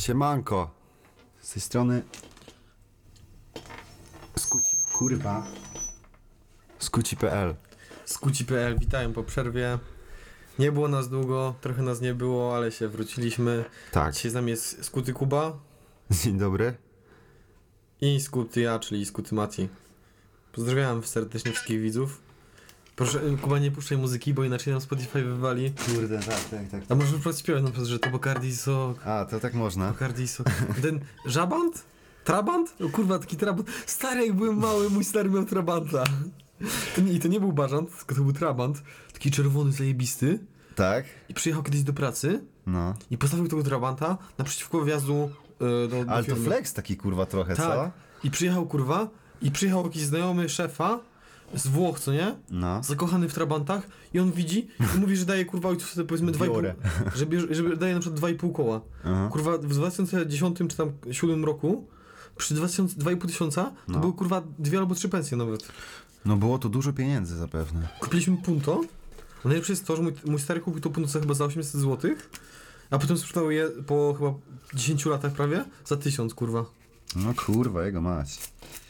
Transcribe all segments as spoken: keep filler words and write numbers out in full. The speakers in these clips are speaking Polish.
Siemanko, z tej strony Skuci, kurwa Skuci kropka pe el. Skuci kropka pe el, witają po przerwie. Nie było nas długo, trochę nas nie było, ale się wróciliśmy. Tak. Dzisiaj z nami jest Skuty Kuba Dzień dobry. i Skuty ja, czyli Skuty Mati. Pozdrawiam serdecznie wszystkich widzów. Proszę, Kuba, nie puszczaj muzyki, bo inaczej nam Spotify wywali. Kurde, tak, tak, tak. A możesz śpiewać na przykład, że to Bacardi Sok, A, to tak można. Bacardi Sok. Ten Żabant? Trabant? O kurwa, taki Trabant. Stary, jak byłem mały, mój stary miał Trabanta. To nie, I to nie był Bażant, tylko to był Trabant. Taki czerwony, zajebisty. Tak? I przyjechał kiedyś do pracy No. i postawił tego Trabanta naprzeciwko wjazdu yy, do, do Ale to firmy. flex taki kurwa trochę, Tak. co? I przyjechał kurwa i przyjechał jakiś znajomy szefa z Włoch, co nie? No. Zakochany w Trabantach i on widzi i mówi, że daje kurwa ojcu wtedy powiedzmy dwa i pół, Biorę. że, bierze, że daje na przykład dwa i pół koła. Aha. Kurwa w dwa tysiące dziesiątym czy tam siódmym roku przy dwa i pół tysiąca to No. były kurwa dwie albo trzy pensje nawet. No było to dużo pieniędzy zapewne. Kupiliśmy punto. A najlepsze jest to, że mój, mój stary kupił to punto za chyba za osiemset złotych, a potem sprzedał je po chyba dziesięciu latach prawie za tysiąc, kurwa. No kurwa, jego mać.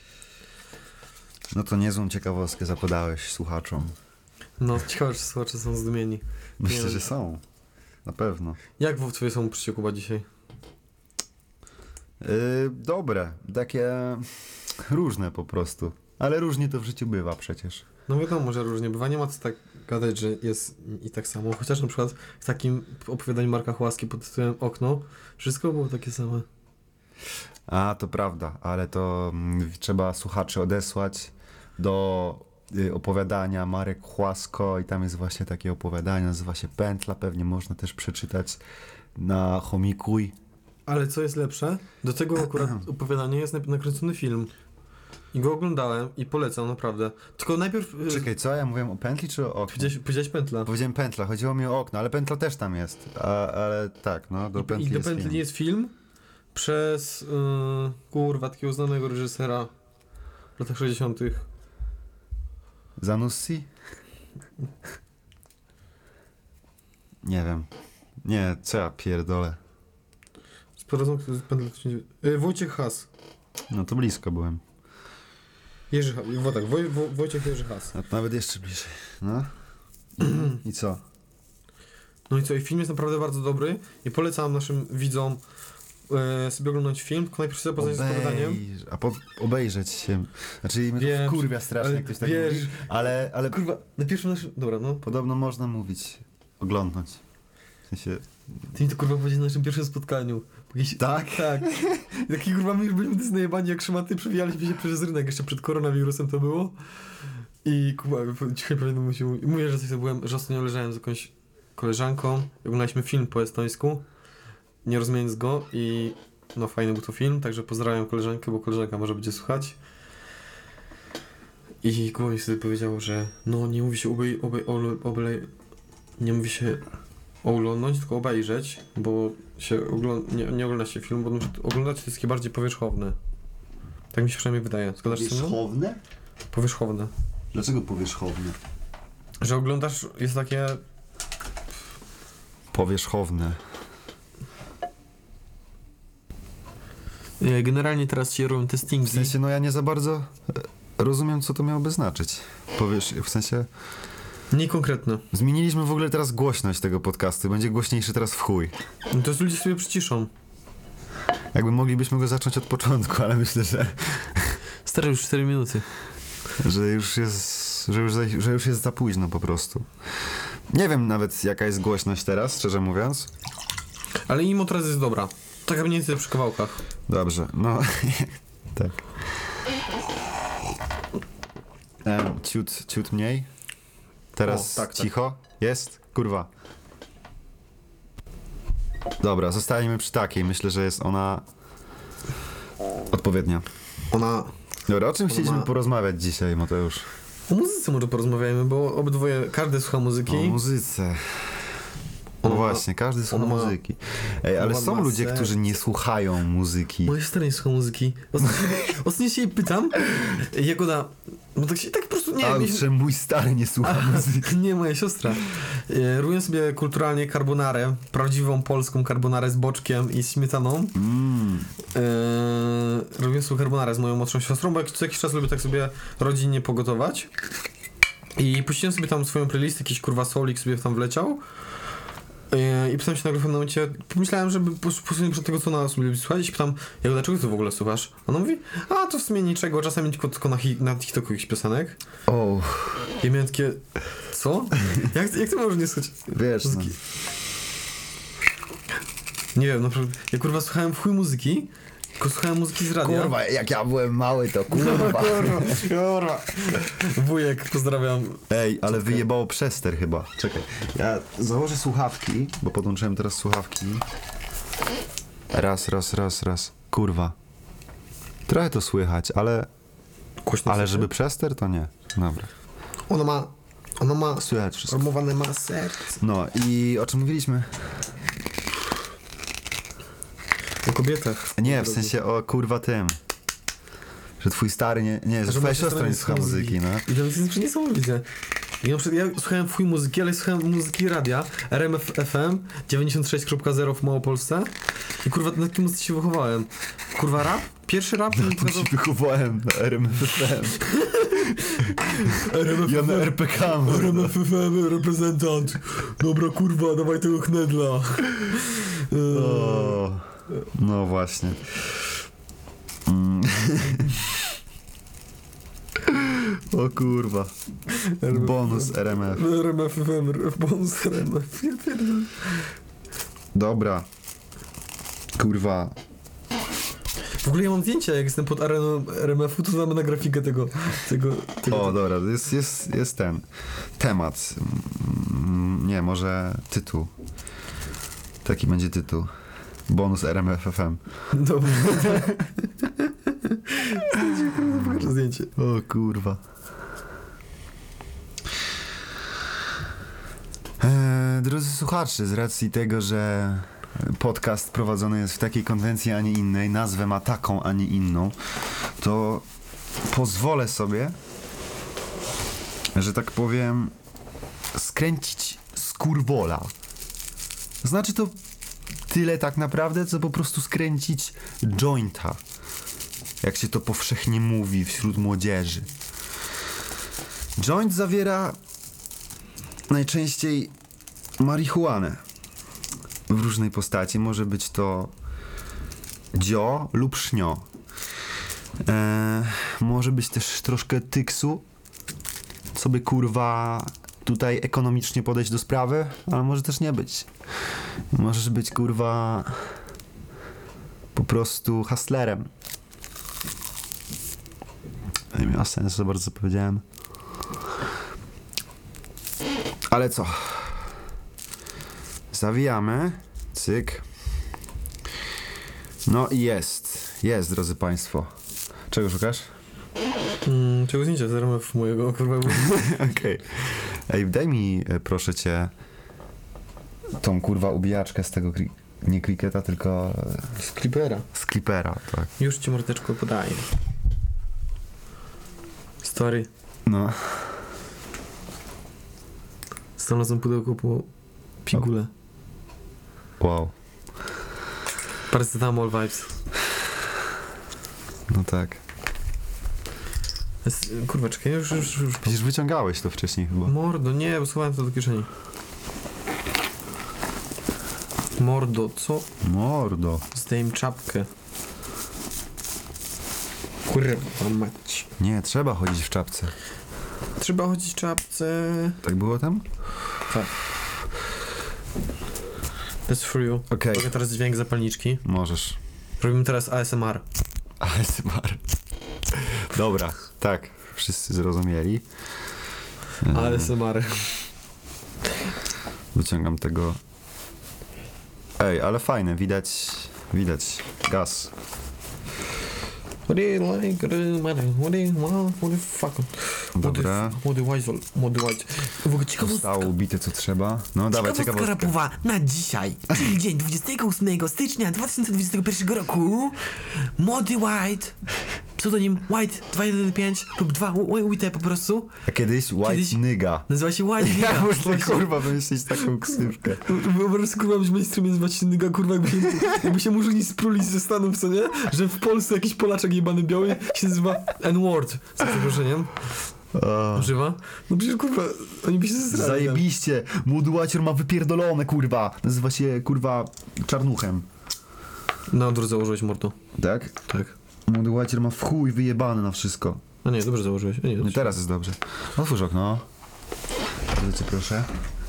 No to niezłą ciekawostkę zapodałeś słuchaczom. No, ciekawe, czy słuchacze są zdumieni. Myślę, Nie że wiem. są. Na pewno. Jak w twoje są przy Kuba dzisiaj? Yy, dobre. Takie różne po prostu. Ale różnie to w życiu bywa przecież. No wiadomo, że różnie bywa. Nie ma co tak gadać, że jest i tak samo. Chociaż na przykład w takim opowiadaniu Marka Chłaski pod tytułem Okno wszystko było takie same. A, to prawda, ale to mm, trzeba słuchaczy odesłać do y, opowiadania Marek Chłasko i tam jest właśnie takie opowiadanie, nazywa się Pętla, pewnie można też przeczytać na Chomikuj. Ale co jest lepsze? Do tego akurat opowiadania jest nakręcony film. I go oglądałem i polecam, naprawdę. Tylko najpierw... y, Czekaj, co? Ja mówiłem o Pętli czy o oknie? Powiedziałeś, powiedziałeś Pętla. Powiedziałem Pętla, chodziło mi o okno, ale Pętla też tam jest, a, ale tak, no, do Pętli I do jest Pętli film. jest film przez yy, kurwa, takiego znanego reżysera w latach sześćdziesiątych. Zanussi? Nie wiem. Nie, co ja pierdolę. Z porodem yy, Wojciech Has. No to blisko byłem. Jerzy Has. Wo, tak, Woj, Wo, Wojciech Jerzy Has. A nawet jeszcze bliżej. No. I, i co? No i co, i film jest naprawdę bardzo dobry i polecam naszym widzom yy, sobie oglądać film, tylko najpierw sobie zapoznać z opowiadaniem. Obejrz- A po, obejrzeć się. Znaczy mnie Wiem, to kurwia strasznie, ale jak ktoś tak wiesz- mówi. Ale, ale Kurwa, na pierwszym naszym... Dobra, no. podobno można mówić. Oglądnąć. W sensie... Ty mi to kurwa powiedziałeś na naszym pierwszym spotkaniu. Jakiś... Tak? Tak. I taki kurwa, my już byliśmy znajebani jak szmaty, przewijaliśmy się przez rynek, jeszcze przed koronawirusem to było. I Kuba, cicho pamiętam, mówił, mówię, że sobie byłem, że ostatnio leżałem z jakąś koleżanką, oglądaliśmy film po estońsku, nie rozumiejąc go i no fajny był to film, także pozdrawiam koleżankę, bo koleżanka może będzie słuchać. I Kuba mi wtedy powiedział, że no nie mówi się obej, obej, obej, obej nie mówi się oglądnąć, tylko obejrzeć, bo się ogląda, nie, nie ogląda się film, bo oglądać to jest takie bardziej powierzchowne. Tak mi się przynajmniej wydaje. Zgadzasz się ze mną? Powierzchowne? Powierzchowne. Dlaczego powierzchowne? Że oglądasz, jest takie... Powierzchowne. Generalnie teraz się robią testingi. W sensie, no ja nie za bardzo e, rozumiem, co to miałoby znaczyć. Powiesz, w sensie... Nie konkretne. Zmieniliśmy w ogóle teraz głośność tego podcastu. Będzie głośniejszy teraz w chuj. No to jest ludzie sobie przyciszą. Jakby moglibyśmy go zacząć od początku, ale myślę, że, Stary, już cztery minuty. że już jest, że już, za- że już jest za późno po prostu. Nie wiem nawet, jaka jest głośność teraz, szczerze mówiąc. Ale imo teraz jest dobra. Taka mniej więcej przy kawałkach. Dobrze, no tak. Em, ciut, ciut mniej. Teraz O, tak, tak. cicho. Jest? Kurwa. Dobra, zostaniemy przy takiej. Myślę, że jest ona odpowiednia. Ona... Dobra, o czym Ona chcieliśmy ma- porozmawiać dzisiaj, Mateusz? O muzyce może porozmawiajmy, bo obydwoje, każdy słucha muzyki. O muzyce. No Ona ma- właśnie, każdy słucha ona ma- muzyki. Ej, ale ona są ma ludzie, serce. którzy nie słuchają muzyki. Moja siostra nie słucha muzyki. Ostatnio, ostatnio się jej pytam, Jagoda, no tak się tak po prostu, nie A, wiem. że mój stary nie słucha muzyki. Nie, moja siostra. E, Robię sobie kulturalnie carbonarę, prawdziwą polską carbonarę z boczkiem i z śmietaną. Mm. E, robię sobie carbonarę z moją młodszą siostrą, bo jak co jakiś czas lubię tak sobie rodzinnie pogotować. I puściłem sobie tam swoją playlist, jakiś kurwa solik sobie tam wleciał. Yy, I pytam się nagle w pewnym momencie, pomyślałem, żeby posłuchać przed tego, co ona sobie lubi słuchać, i pytam, jak dlaczego ty w ogóle słuchasz? Ona mówi, a to w sumie niczego, czasami tylko, tylko na, hi- na TikToku jakichś piosenek. O, Ja miałem takie, co? Jak, jak ty możesz nie słuchać wiesz, no. muzyki? Nie wiem, naprawdę, ja kurwa słuchałem w chuj muzyki, tylko słuchałem muzyki z radia. Kurwa, jak ja byłem mały, to Kurwa, kurwa. kurwa, kurwa. Wujek, pozdrawiam. Ej, ale wyjebało przester chyba. Czekaj, ja założę słuchawki, bo podłączyłem teraz słuchawki. Raz, raz, raz, raz. Kurwa. Trochę to słychać, ale... Głośno Ale słyszę? żeby przester, to nie. Dobra. Ona ma, ona ma, Słychać wszystko. formowane ma serce. No i o czym mówiliśmy? O kobietach. Nie, w sensie o kurwa tym. Że twój stary nie... Nie, że, Że twoja moja siostra nie słucha muzyki, no. I to jest niesamowite. I na przykład ja słuchałem fuj muzyki, ale słuchałem muzyki radia, R M F F M dziewięćdziesiąt sześć przecinek zero w Małopolsce. I kurwa, na takiej muzyce się wychowałem. Kurwa, rap? Pierwszy rap? Tu ci wychowałem na R M F F M. Ja na R P K. R M F F M, reprezentant. Dobra, kurwa, dawaj tego knedla. O, no właśnie. Mm. O kurwa. Bonus R M F. R M F F M, bonus R M F. Ja pierdolę. Dobra. Kurwa. W ogóle ja mam zdjęcia, jak jestem pod areną R M F-u, to damy na grafikę tego, tego, tego. O, dobra, jest, jest, jest ten temat. Mm, Nie, może tytuł. Taki będzie tytuł. Bonus R M F F M. Dobra. Zdjęcie, kurwa, pokażę zdjęcie. O kurwa. Eee, drodzy słuchacze, z racji tego, że podcast prowadzony jest w takiej konwencji, a nie innej, nazwę ma taką, a nie inną, to pozwolę sobie, że tak powiem, skręcić skurwola. Znaczy to tyle tak naprawdę, co po prostu skręcić jointa. Jak się to powszechnie mówi wśród młodzieży. Joint zawiera najczęściej marihuanę w różnej postaci. Może być to dzio lub sznio. Eee, może być też troszkę tyksu, co by kurwa tutaj ekonomicznie podejść do sprawy, ale może też nie być. Możesz być kurwa po prostu hustlerem. Nie miała sensu za bardzo, co powiedziałem. Ale co? Zawijamy. Cyk. No i jest. Jest, drodzy państwo. Czego szukasz? Mm, czego zdjęcia z R M F mojego, kurwa. Okej. Okay. Ej, daj mi, e, proszę cię, tą kurwa ubijaczkę z tego, kri- nie kriketa, tylko e, Z Clippera. z Clippera, tak. Już ci mordeczko podaję. Stary. No. Znalazłem pudełko po pigule. Wow. Paracetamol vibes. No tak. Jest, kurwa, czekaj, już, już, już. Przecież wyciągałeś to wcześniej chyba. Mordo, nie, bo schowałem to do kieszeni. Mordo, co? Mordo. Zdejm czapkę. Kurwa mać. Nie, trzeba chodzić w czapce. Trzeba chodzić w czapce. Tak było tam? Tak. That's for you. Okej. Robię teraz dźwięk zapalniczki. Możesz. Robimy teraz A S M R. A S M R. Dobra, tak. Wszyscy zrozumieli. A S M R. Wyciągam tego. Ej, ale fajne, widać. Widać. Gaz. What do you like? What do you matter? What do you want? What do you fuck? Dobra. Młody White, młody White. W ogóle ciekawostka. Zostało ubite co trzeba. No dawaj, Ciekawostka ciekawostka. rapowa na dzisiaj, czyli dzień dwudziestego ósmego stycznia dwa tysiące dwudziestego pierwszego roku. Młody White, pseudonim White dwa jeden pięć lub dwa White po prostu, A kiedyś White Kiedyś- Nigga. nazywa się White Ja Nigga. muszę Właśnie. kurwa wymyślić taką ksywkę. Wyobraź sobie, kurwa, być mainstreamie nazywać się nyga, kurwa, jakby się, jakby się murzyni spruli ze Stanów, co nie? Że w Polsce jakiś Polaczek jebany biały się nazywa N-word, za przeproszeniem. O, Używa? No przecież, kurwa, oni by się zesrali. zajebiście. Młody Łacior ma wypierdolone, kurwa. Nazywa się, kurwa, Czarnuchem. Na odwrót założyłeś, mordo. Tak? Tak. Młody Łacior ma w chuj wyjebane na wszystko. A nie, dobrze założyłeś. A nie, No teraz jest dobrze. Otwórz okno. Bardzo cię proszę.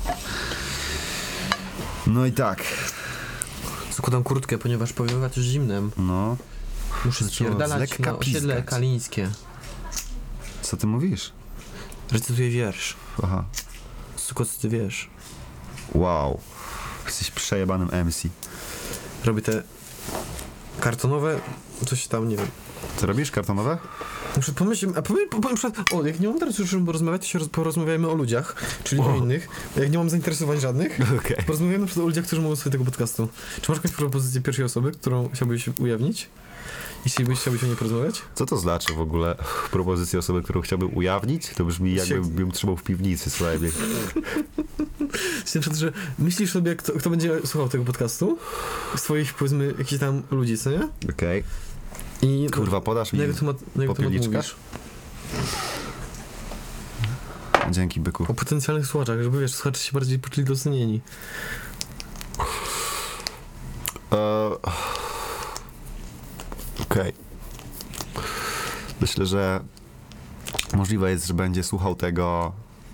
No i tak. Zakładam kurtkę, ponieważ powiewa też zimnem. No. Muszę Zaczęło z spierdalać lekka na osiedle piskać. kalińskie. Co ty mówisz? Recytuję wiersz. Aha. Suko, co ty wiesz? Wow. Jesteś przejebanym M C. Robię te kartonowe, coś tam, nie wiem. Co robisz? Kartonowe? Muszę pomyśleć, a powiem, powiem, przykład, o, jak nie mam teraz już czym porozmawiać, to się roz, porozmawiajmy o ludziach, czyli o innych. Jak nie mam zainteresowań żadnych, Okej. porozmawiajmy na przykład o ludziach, którzy mogą słuchać tego podcastu. Czy masz jakąś propozycję pierwszej osoby, którą chciałbyś ujawnić? Jeśli byś chciałbyś o niej porozmawiać? Co to znaczy w ogóle propozycja osoby, którą chciałbym ujawnić? To brzmi jakbym bym trzymał w piwnicy co najmniej. Czy na przykład, że myślisz sobie, kto, kto będzie słuchał tego podcastu? Z twoich, powiedzmy, jakichś tam ludzi, co nie? Okej. I Kurwa, podasz mi na jego temat, na jego temat popielniczka? mówisz. Dzięki, byku. O potencjalnych słuchaczach, żeby wiesz, słuchacze się bardziej poczuli docenieni. Eee, Okej. Myślę, że możliwe jest, że będzie słuchał tego.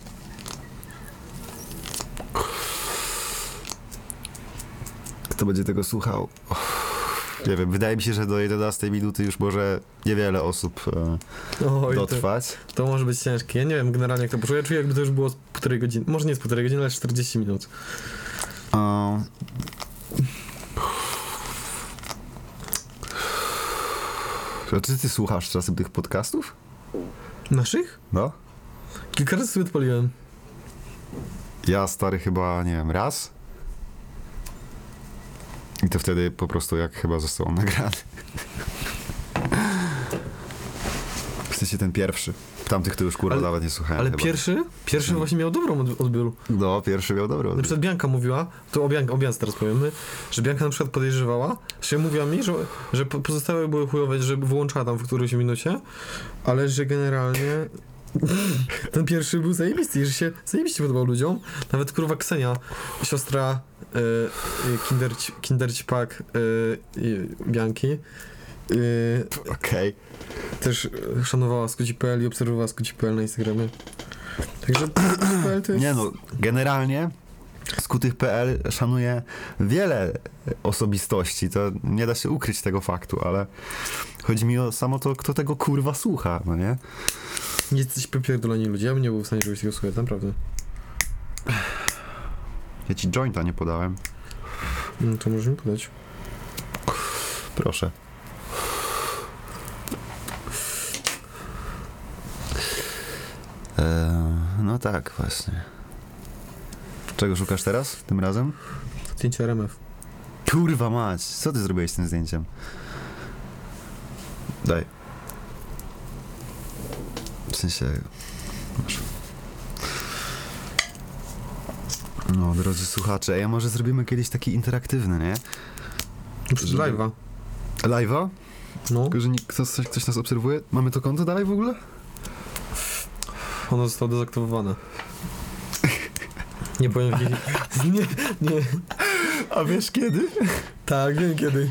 Kto będzie tego słuchał? Nie wiem, wydaje mi się, że do jedenastej minuty już może niewiele osób e, Oj, to, dotrwać. to może być ciężkie. Ja nie wiem generalnie jak to poczuję. Ja czuję jakby to już było z półtorej godziny. Może nie z półtorej godziny, ale czterdzieści minut. Um, A czy ty słuchasz czasem tych podcastów? Naszych? No. Kilka razy sobie odpaliłem. Ja stary chyba, nie wiem, raz. I to wtedy po prostu jak chyba został on nagrany. W sensie ten pierwszy. Tamtych to już kurwa Ale- nawet nie słuchałem Ale chyba. pierwszy? Pierwszy właśnie miał dobrą od- odbiór. No, pierwszy miał dobry Na odbiór. przykład Bianka mówiła, to o, Bian- o Biance teraz powiemy, że Bianka na przykład podejrzewała, że mówiła mi, że, że po- pozostałe były chujowe, że wyłączała tam w którejś minucie, ale że generalnie ten pierwszy był zajebisty i że się zajebiście podobał ludziom. Nawet kurwa Ksenia, siostra y, y, Kinder, Kinder Ćpak y, y, Bianki, y, Okej. też y, szanowała Skuci kropka p l i obserwowała Skuci kropka p l na Instagramie. Także Skuci kropka p l to jest... Nie no, generalnie skutych kropka p l szanuje wiele osobistości. To nie da się ukryć tego faktu, ale chodzi mi o samo to, kto tego kurwa słucha, no nie? Jesteś popierdoleni ludzie, ja bym nie był w stanie robić tego słuchać, naprawdę. Ja ci jointa nie podałem. No to możesz mi podać. Proszę. Eee, no tak, właśnie. Czego szukasz teraz, tym razem? Zdjęcie R M F. Kurwa mać, co ty zrobiłeś z tym zdjęciem? Daj. W sensie... Masz. No, drodzy słuchacze, ej, a może zrobimy kiedyś taki interaktywny, nie? Przed Żeby- live'a. Live'a? No. Tylko, że nikt, ktoś, ktoś nas obserwuje? Mamy to konto dalej w ogóle? Ono zostało dezaktywowane. Nie powiem kiedy. Nie, nie. A wiesz kiedy? Tak, wiem kiedy.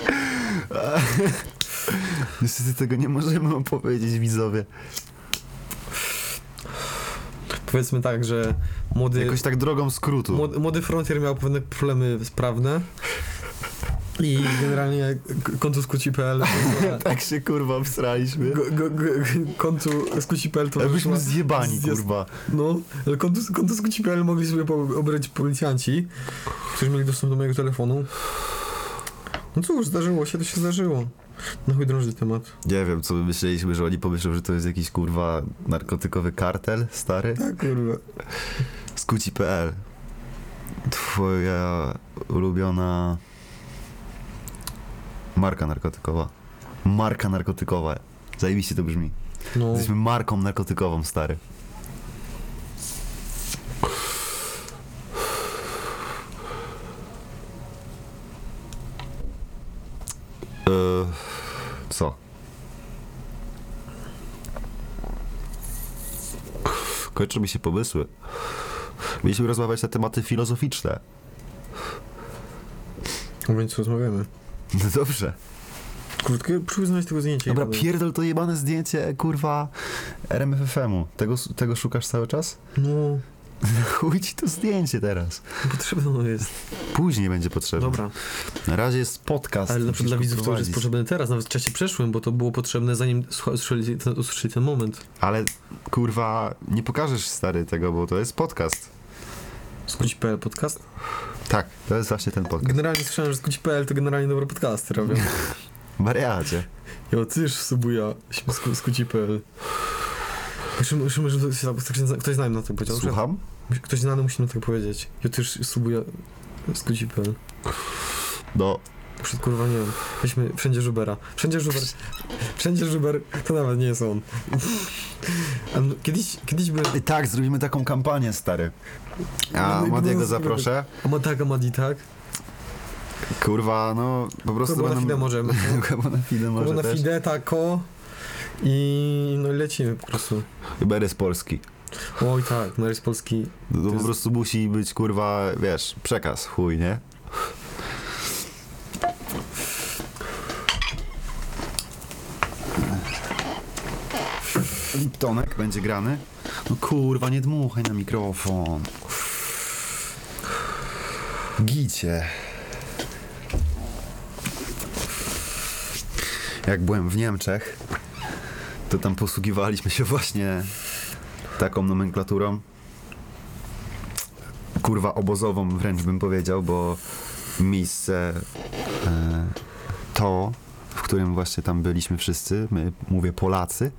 Niestety tego nie możemy opowiedzieć, widzowie. Powiedzmy tak, że młody, Jakoś tak drogą skrótu. młody, młody Frontier miał pewne problemy prawne. I generalnie k- konto Skuci kropka p l Tak się kurwa obstraliśmy. go, go, go, konto Skuci kropka p l to Jakbyśmy wyszła- zjebani, zjazd- kurwa. No, ale konto, konto Skuci kropka p l mogli sobie po- obrać policjanci, którzy mieli dostęp do mojego telefonu. No cóż, zdarzyło się, to się zdarzyło. Na chuj drąży temat. Nie wiem, co my myśleliśmy, że oni pomyślą, że to jest jakiś kurwa narkotykowy kartel stary. Tak, kurwa. Skuci kropka pe el. Twoja ulubiona marka narkotykowa. Marka narkotykowa. Zajebiście to brzmi. No, Jesteśmy marką narkotykową, stary. Eee, co? Kończą mi się pomysły. Mieliśmy rozmawiać na tematy filozoficzne. o więc rozmawiamy. No dobrze. Krótko, przyznać tego zdjęcia. Dobra, i powiem. pierdol to jebane zdjęcie, kurwa, er em ef ef emu. Tego, tego szukasz cały czas? No, Chuj ci to zdjęcie teraz. potrzebne ono jest. Później będzie potrzebne. Dobra, Na razie jest podcast. ale na przykład dla musisz widzów to już jest poprowadzić. potrzebne teraz, nawet w czasie przeszłym, bo to było potrzebne zanim słucha- usłyszeli ten, usłyszeli ten moment. Ale, kurwa, nie pokażesz, stary, tego, bo to jest podcast. Skuć kropka pe el podcast? Tak, to jest właśnie ten podcast. Generalnie słyszałem, że Skuć kropka pe el to generalnie dobre podcasty robią. Wariacie. Ja też subuja Skuci kropka pe el. Musimy, musimy, żeby ktoś, ktoś znany na to powiedział. Słucham? Ktoś znany musi na to powiedzieć. Ja też subuja Skuci kropka pe el. No, Przed kurwa nie wiem. Weźmy wszędzie Żubera. Wszędzie Żuber. Wszędzie Żuber to nawet nie jest on. A no, kiedyś, kiedyś by. i tak, zrobimy taką kampanię, stary. A No i Madiego będą- zaproszę. A ma tak, a Madi tak. Kurwa, no, po prostu Kogo na będą... fide możemy. Kogo na fide Kogo może na też. fide, tako. I no i lecimy po prostu. Chyba z Polski. Oj tak, Mary z Polski. No to To po jest- prostu musi być, kurwa, wiesz, przekaz, chuj, nie? Liptonek będzie grany. No kurwa, nie dmuchaj na mikrofon. Gicie. Jak byłem w Niemczech, to tam posługiwaliśmy się właśnie taką nomenklaturą. Kurwa obozową wręcz bym powiedział, bo miejsce e, to, w którym właśnie tam byliśmy wszyscy, my mówię Polacy,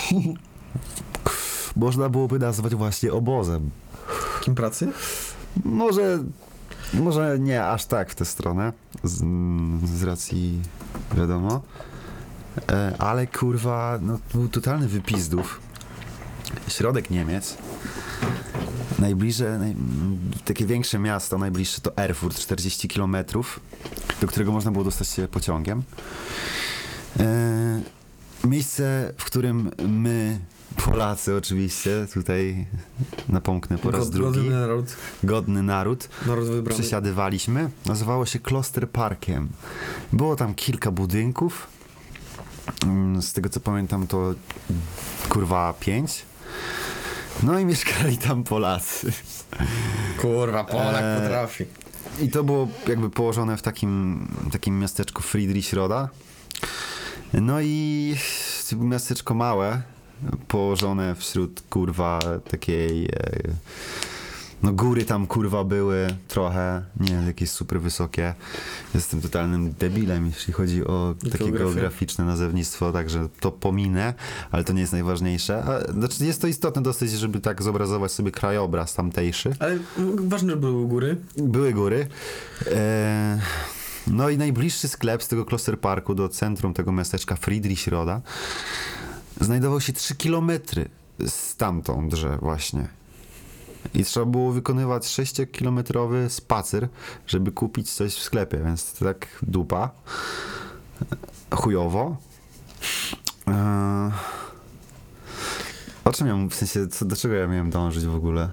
można byłoby nazwać właśnie obozem. Kim pracy? Może, może nie aż tak w tę stronę, z, z racji wiadomo, e, ale kurwa, no był totalny wypizdów. Środek Niemiec. Najbliższe, naj, takie większe miasto, najbliższe to Erfurt, czterdzieści kilometrów, do którego można było dostać się pociągiem. E, miejsce, w którym my, Polacy oczywiście, tutaj napomknę po raz God- drugi, godny naród. godny naród, Naród wybrany. przesiadywaliśmy. Nazywało się Klosterparkiem. Było tam kilka budynków. Mm, Z tego co pamiętam to kurwa pięć. No i mieszkali tam Polacy. Kurwa, Polak Eee, potrafi. I to było jakby położone w takim, takim miasteczku Friedrichsroda. No i miasteczko małe, położone wśród kurwa takiej... E, no góry tam kurwa były trochę, nie jakieś super wysokie. Jestem totalnym debilem, jeśli chodzi o takie Geografię. geograficzne nazewnictwo, także to pominę, ale to nie jest najważniejsze. A, znaczy jest to istotne dosyć, żeby tak zobrazować sobie krajobraz tamtejszy. Ale mm, ważne, że były u góry. Były góry. E, no i najbliższy sklep z tego Klosterparku do centrum tego miasteczka Friedrichsroda znajdował się trzy kilometry stamtądże właśnie. I trzeba było wykonywać sześciokilometrowy spacer, żeby kupić coś w sklepie, więc to tak dupa. Chujowo. E, o czym miałem, w sensie, co, do czego ja miałem dążyć w ogóle?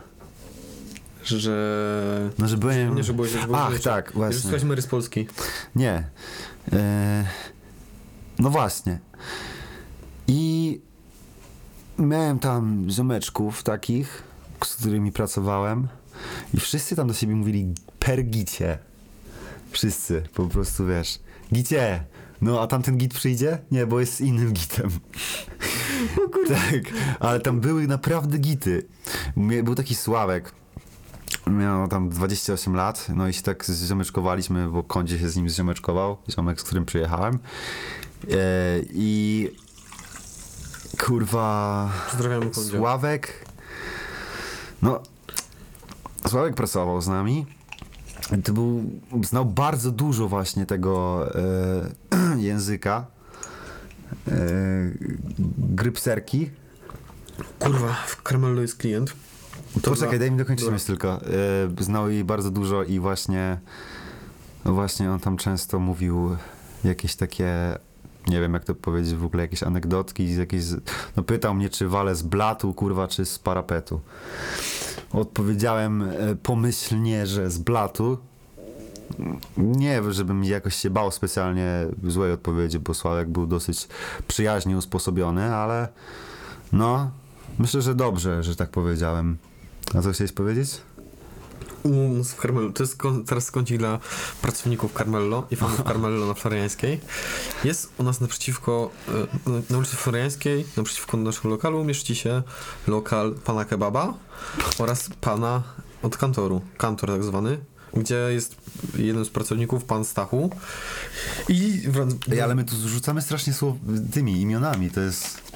Że... No, że byłem... Nie, że byłeś... Że byłeś Ach, że- tak, Że właśnie. słuchać Mary z Polski. Nie. E, no właśnie. I miałem tam ziomeczków takich, z którymi pracowałem i wszyscy tam do siebie mówili per gicie. Wszyscy, po prostu wiesz. Gicie! No a tamten git przyjdzie? Nie, bo jest innym gitem. O kurde. Tak, ale tam były naprawdę gity. Mie- Był taki Sławek. miał tam dwadzieścia osiem lat, no i się tak zziomeczkowaliśmy, bo Kondzie się z nim zziomeczkował, ziomek, z którym przyjechałem. E, I kurwa... Pozdrawiamy Kondzia. Sławek... No... Sławek pracował z nami. To był... Znał bardzo dużo właśnie tego e, języka. E, grypserki. Kurwa, w Karmelu jest klient. To Poczekaj, dla- daj mi dokończyć Dobra. myśl tylko. E, znał jej bardzo dużo i właśnie no właśnie on tam często mówił jakieś takie, nie wiem jak to powiedzieć, w ogóle jakieś anegdotki, z jakieś, no pytał mnie, czy walę z blatu, kurwa, czy z parapetu. Odpowiedziałem e, pomyślnie, że z blatu. Nie, żebym jakoś się bał specjalnie złej odpowiedzi, bo Sławek był dosyć przyjaźnie usposobiony, ale no, myślę, że dobrze, że tak powiedziałem. A co chciałeś powiedzieć? U nas w Carmelo. To jest kon- teraz kącik dla pracowników Carmelo i fanów Carmelo na Floriańskiej. Jest u nas naprzeciwko, e, na- na ulicy Floriańskiej, naprzeciwko naszego lokalu mieści się lokal pana kebaba oraz pana od kantoru, kantor tak zwany, gdzie jest jeden z pracowników, pan Stachu. I wrac- Ej, ale my tu zrzucamy strasznie słow tymi imionami, to jest...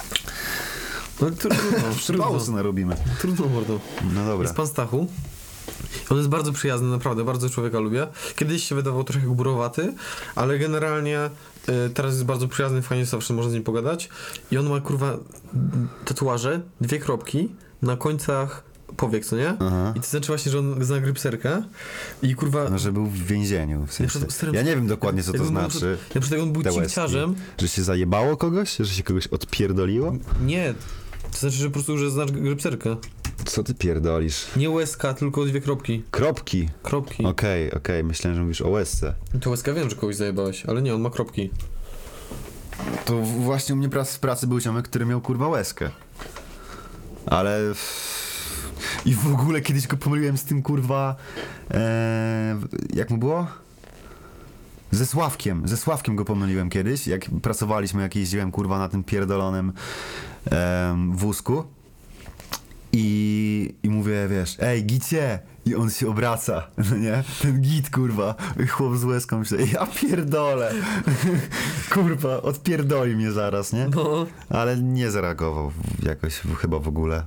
no, trudno, Przypałosu trudno, narobimy. trudno mordo. No dobra. Jest pan Stachu. On jest bardzo przyjazny, naprawdę, bardzo człowieka lubię. Kiedyś się wydawał trochę burowaty, ale generalnie y, teraz jest bardzo przyjazny, fajnie zawsze można z nim pogadać. I on ma, kurwa, tatuaże, dwie kropki na końcach powiek, co nie? Aha. I to znaczy właśnie, że on zna grypserkę i kurwa... No, że był w więzieniu, w sensie. przed- stary- Ja nie wiem dokładnie, co to jakby był znaczy. Ja przed tego on był te łezki. cinkciarzem. Że się zajebało kogoś? Że się kogoś odpierdoliło? Nie, to znaczy, że po prostu, że znasz grypserkę. Co ty pierdolisz? Nie łezka, tylko dwie kropki. Kropki. Kropki. Okej, okej, myślałem, że mówisz o łezce. To łezka wiem, że kogoś zajebałeś, ale nie, on ma kropki. To w- właśnie u mnie prac- w pracy był ziomek, który miał kurwa łezkę. Ale... I w ogóle kiedyś go pomyliłem z tym kurwa... E... Jak mu było? Ze Sławkiem. Ze Sławkiem go pomyliłem kiedyś, jak pracowaliśmy, jak jeździłem kurwa na tym pierdolonym em, wózku. I, I mówię, wiesz, ej, gicie! I on się obraca, no nie? Ten git, kurwa, chłop z łezką, myślę, ja pierdolę. Kurwa, odpierdoli mnie zaraz, nie? No. Ale nie zareagował jakoś chyba w ogóle.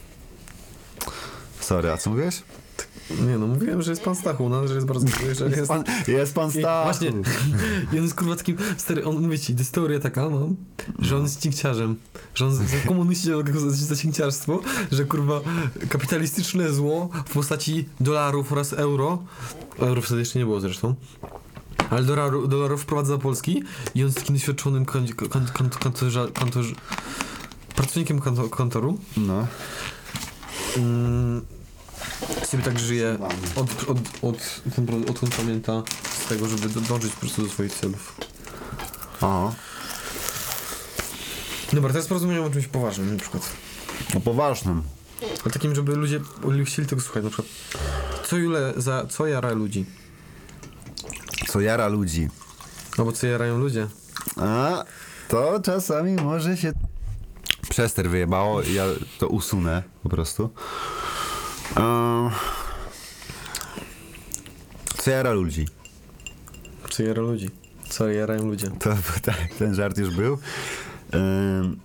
Sorry, a co mówiłeś? Nie no, mówiłem, że jest pan Stachu, no, że jest bardzo dobry, że Jest jest... pan, jest pan I Stachu. Właśnie, i on jest kurwa takim, stary, on, mówię ci, to jest teoria taka, no, że on jest cinkciarzem, że on za komuniści za, za cinkciarstwo, że kurwa kapitalistyczne zło w postaci dolarów oraz euro, euro wtedy jeszcze nie było zresztą, ale dolarów, dolarów wprowadza do Polski i on jest takim doświadczonym kan, kan, kan, kantorza, kantorz, pracownikiem kanto, kantoru. No. Mm, sobie tak żyje od, od, od, od, odkąd pamięta z tego, żeby do- dążyć po prostu do swoich celów. O, Dobra, teraz porozmawiamy o czymś poważnym na przykład. o poważnym. O takim, żeby ludzie chcieli tego słuchać na przykład. Co Jule za, co jara ludzi? Co jara ludzi. Albo co jarają ludzie? A, to czasami może się... Przester wyjebało, ja to usunę po prostu. Ehm, Co jara ludzi. Co jara ludzi? Co jarają ludzie? To tak, ten żart już był. Ehm,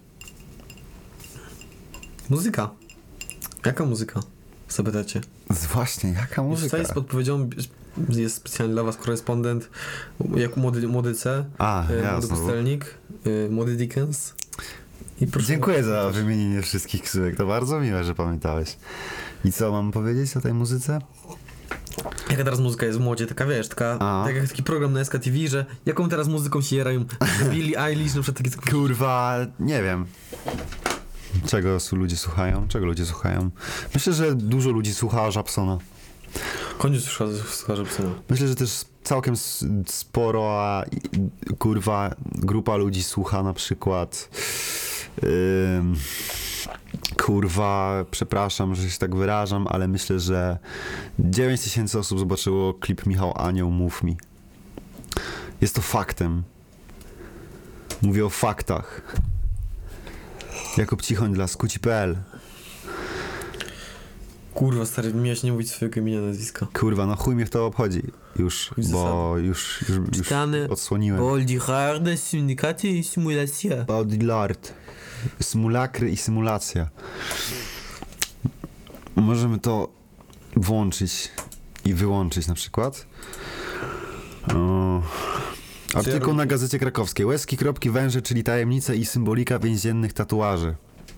Muzyka. Jaka muzyka? Zapytacie. Właśnie, jaka muzyka? Tutaj z podpowiedzią jest specjalnie dla was korespondent, jak młody, młody C, A, y, ja młody znowu. pustelnik, y, młody Dickens. I proszę Dziękuję za wymienienie wszystkich ksywek, to bardzo miłe, że pamiętałeś. I co mam powiedzieć o tej muzyce? Jaka teraz muzyka jest w modzie, taka wiesz, taka, A. tak jak taki program na S K T V, że jaką teraz muzyką się jarają Billie Eilish, na przykład takie... Kurwa, nie wiem. Czego s- ludzie słuchają? Czego ludzie słuchają? Myślę, że dużo ludzi słucha Żabsona. Koniec słucha Żabsona. Myślę, że też całkiem s- sporo, a i- kurwa, grupa ludzi słucha na przykład ym, kurwa, przepraszam, że się tak wyrażam, ale myślę, że dziewięć tysięcy osób zobaczyło klip Michał Anioł Mów Mi. Jest to faktem. Mówię o faktach. Jakub Cichoń dla skuci kropka p l. Kurwa, stary, miałeś nie mówić swojego imienia, nazwiska. Kurwa, no chuj mnie to obchodzi. Już, Chuj bo już, już, już Czytany. odsłoniłem. Boldiharde, syndykaty i symulacja. Baudrillard. Symulakry i symulacja. Możemy to włączyć i wyłączyć na przykład. O, artykuł na Gazecie Krakowskiej. Łezki, kropki, węże, czyli tajemnice i symbolika więziennych tatuaży.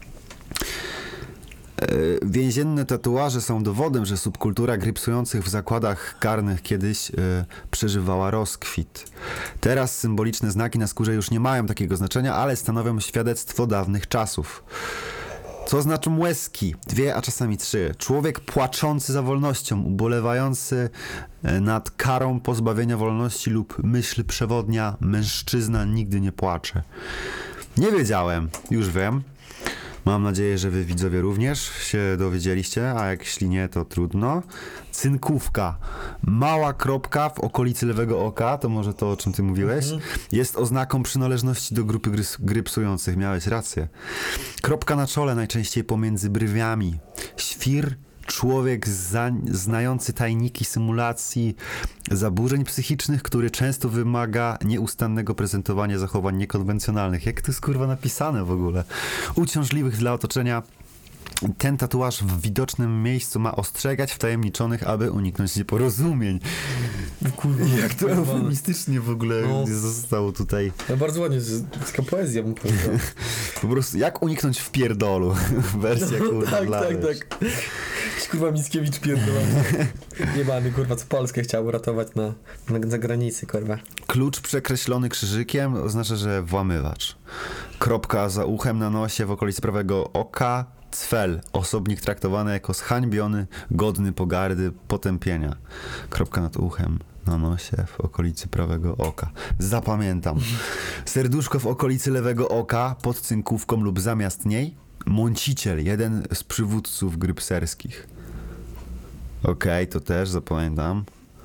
E, Więzienne tatuaże są dowodem, że subkultura grypsujących w zakładach karnych kiedyś e, przeżywała rozkwit. Teraz symboliczne znaki na skórze już nie mają takiego znaczenia, ale stanowią świadectwo dawnych czasów. Co znaczą łezki? Dwie, a czasami trzy. Człowiek płaczący za wolnością, ubolewający e, nad karą pozbawienia wolności lub myśl przewodnia, mężczyzna nigdy nie płacze. Nie wiedziałem, już wiem. Mam nadzieję, że wy widzowie również się dowiedzieliście, a jak jeśli nie, to trudno. Cynkówka. Mała kropka w okolicy lewego oka, to może to, o czym ty mówiłeś, jest oznaką przynależności do grupy gry, grypsujących. Miałeś rację. Kropka na czole, najczęściej pomiędzy brwiami. Świr. Człowiek za, znający tajniki symulacji zaburzeń psychicznych, który często wymaga nieustannego prezentowania zachowań niekonwencjonalnych. Jak to jest kurwa napisane w ogóle? Uciążliwych dla otoczenia. Ten tatuaż w widocznym miejscu ma ostrzegać wtajemniczonych, aby uniknąć nieporozumień. Kurwa, Jak to eufemistycznie w ogóle No. zostało tutaj. no bardzo ładnie, to jest taka poezja, bym powiedział. Po prostu jak uniknąć w pierdolu. Wersja kurwa tak, dla, tak, wiesz. tak. Jakiś kurwa Mickiewicz pierdolony. Jebany, kurwa, co Polskę chciał uratować na, na zagranicy, kurwa. Klucz przekreślony krzyżykiem oznacza, że włamywacz. Kropka za uchem na nosie w okolicy prawego oka. Cfel. Osobnik traktowany jako zhańbiony, godny pogardy, potępienia. Kropka nad uchem na nosie w okolicy prawego oka. Zapamiętam. Serduszko w okolicy lewego oka, pod cynkówką lub zamiast niej. Mąciciel. Jeden z przywódców grypserskich. Okej, to też zapamiętam.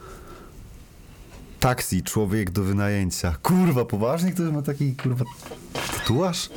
Taksi, człowiek do wynajęcia. Kurwa, poważnie ktoś ma taki, kurwa, tatuaż?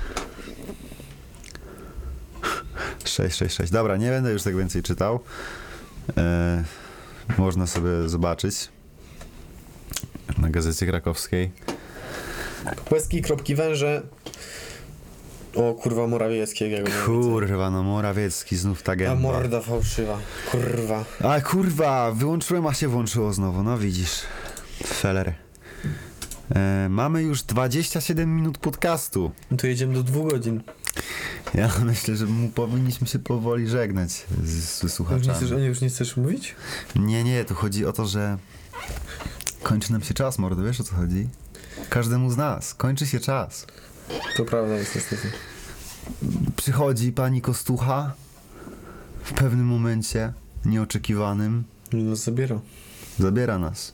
sześć sześć sześć. Dobra, nie będę już tak więcej czytał. E, można sobie zobaczyć na Gazecie Krakowskiej. Łezki, kropki, węże. O kurwa, Morawieckiego. jak go nie widzę. Kurwa, no Morawiecki, znów ta A gęba. morda fałszywa. Kurwa. A kurwa, wyłączyłem, a się włączyło znowu. No widzisz, feller. E, mamy już dwadzieścia siedem minut podcastu. No to jedziemy do dwóch godzin. Ja myślę, że mu powinniśmy się powoli żegnać z, z Już nie, słuchaczami. chcesz, nie, już nie chcesz mówić? Nie, nie, tu chodzi o to, że kończy nam się czas, mordo, wiesz o co chodzi? Każdemu z nas, kończy się czas. To prawda jest niestety. Przychodzi pani Kostucha w pewnym momencie, nieoczekiwanym, I nas zabiera. zabiera nas.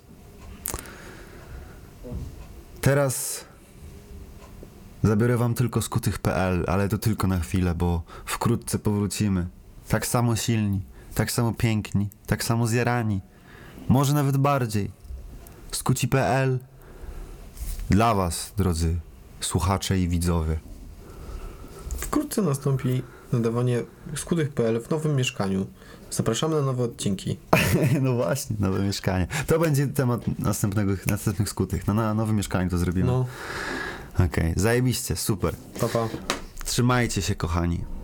Teraz zabiorę wam tylko skutych kropka pe el, ale to tylko na chwilę, bo wkrótce powrócimy. Tak samo silni, tak samo piękni, tak samo zjarani. Może nawet bardziej. Skuci kropka pe el dla was, drodzy słuchacze i widzowie. Wkrótce nastąpi nadawanie skutych kropka pe el w nowym mieszkaniu. Zapraszamy na nowe odcinki. No właśnie, nowe mieszkanie. To będzie temat następnego, następnych skutych. Na, na nowym mieszkaniu to zrobimy. No, Okej, zajebiście, super. papa. Trzymajcie się, kochani.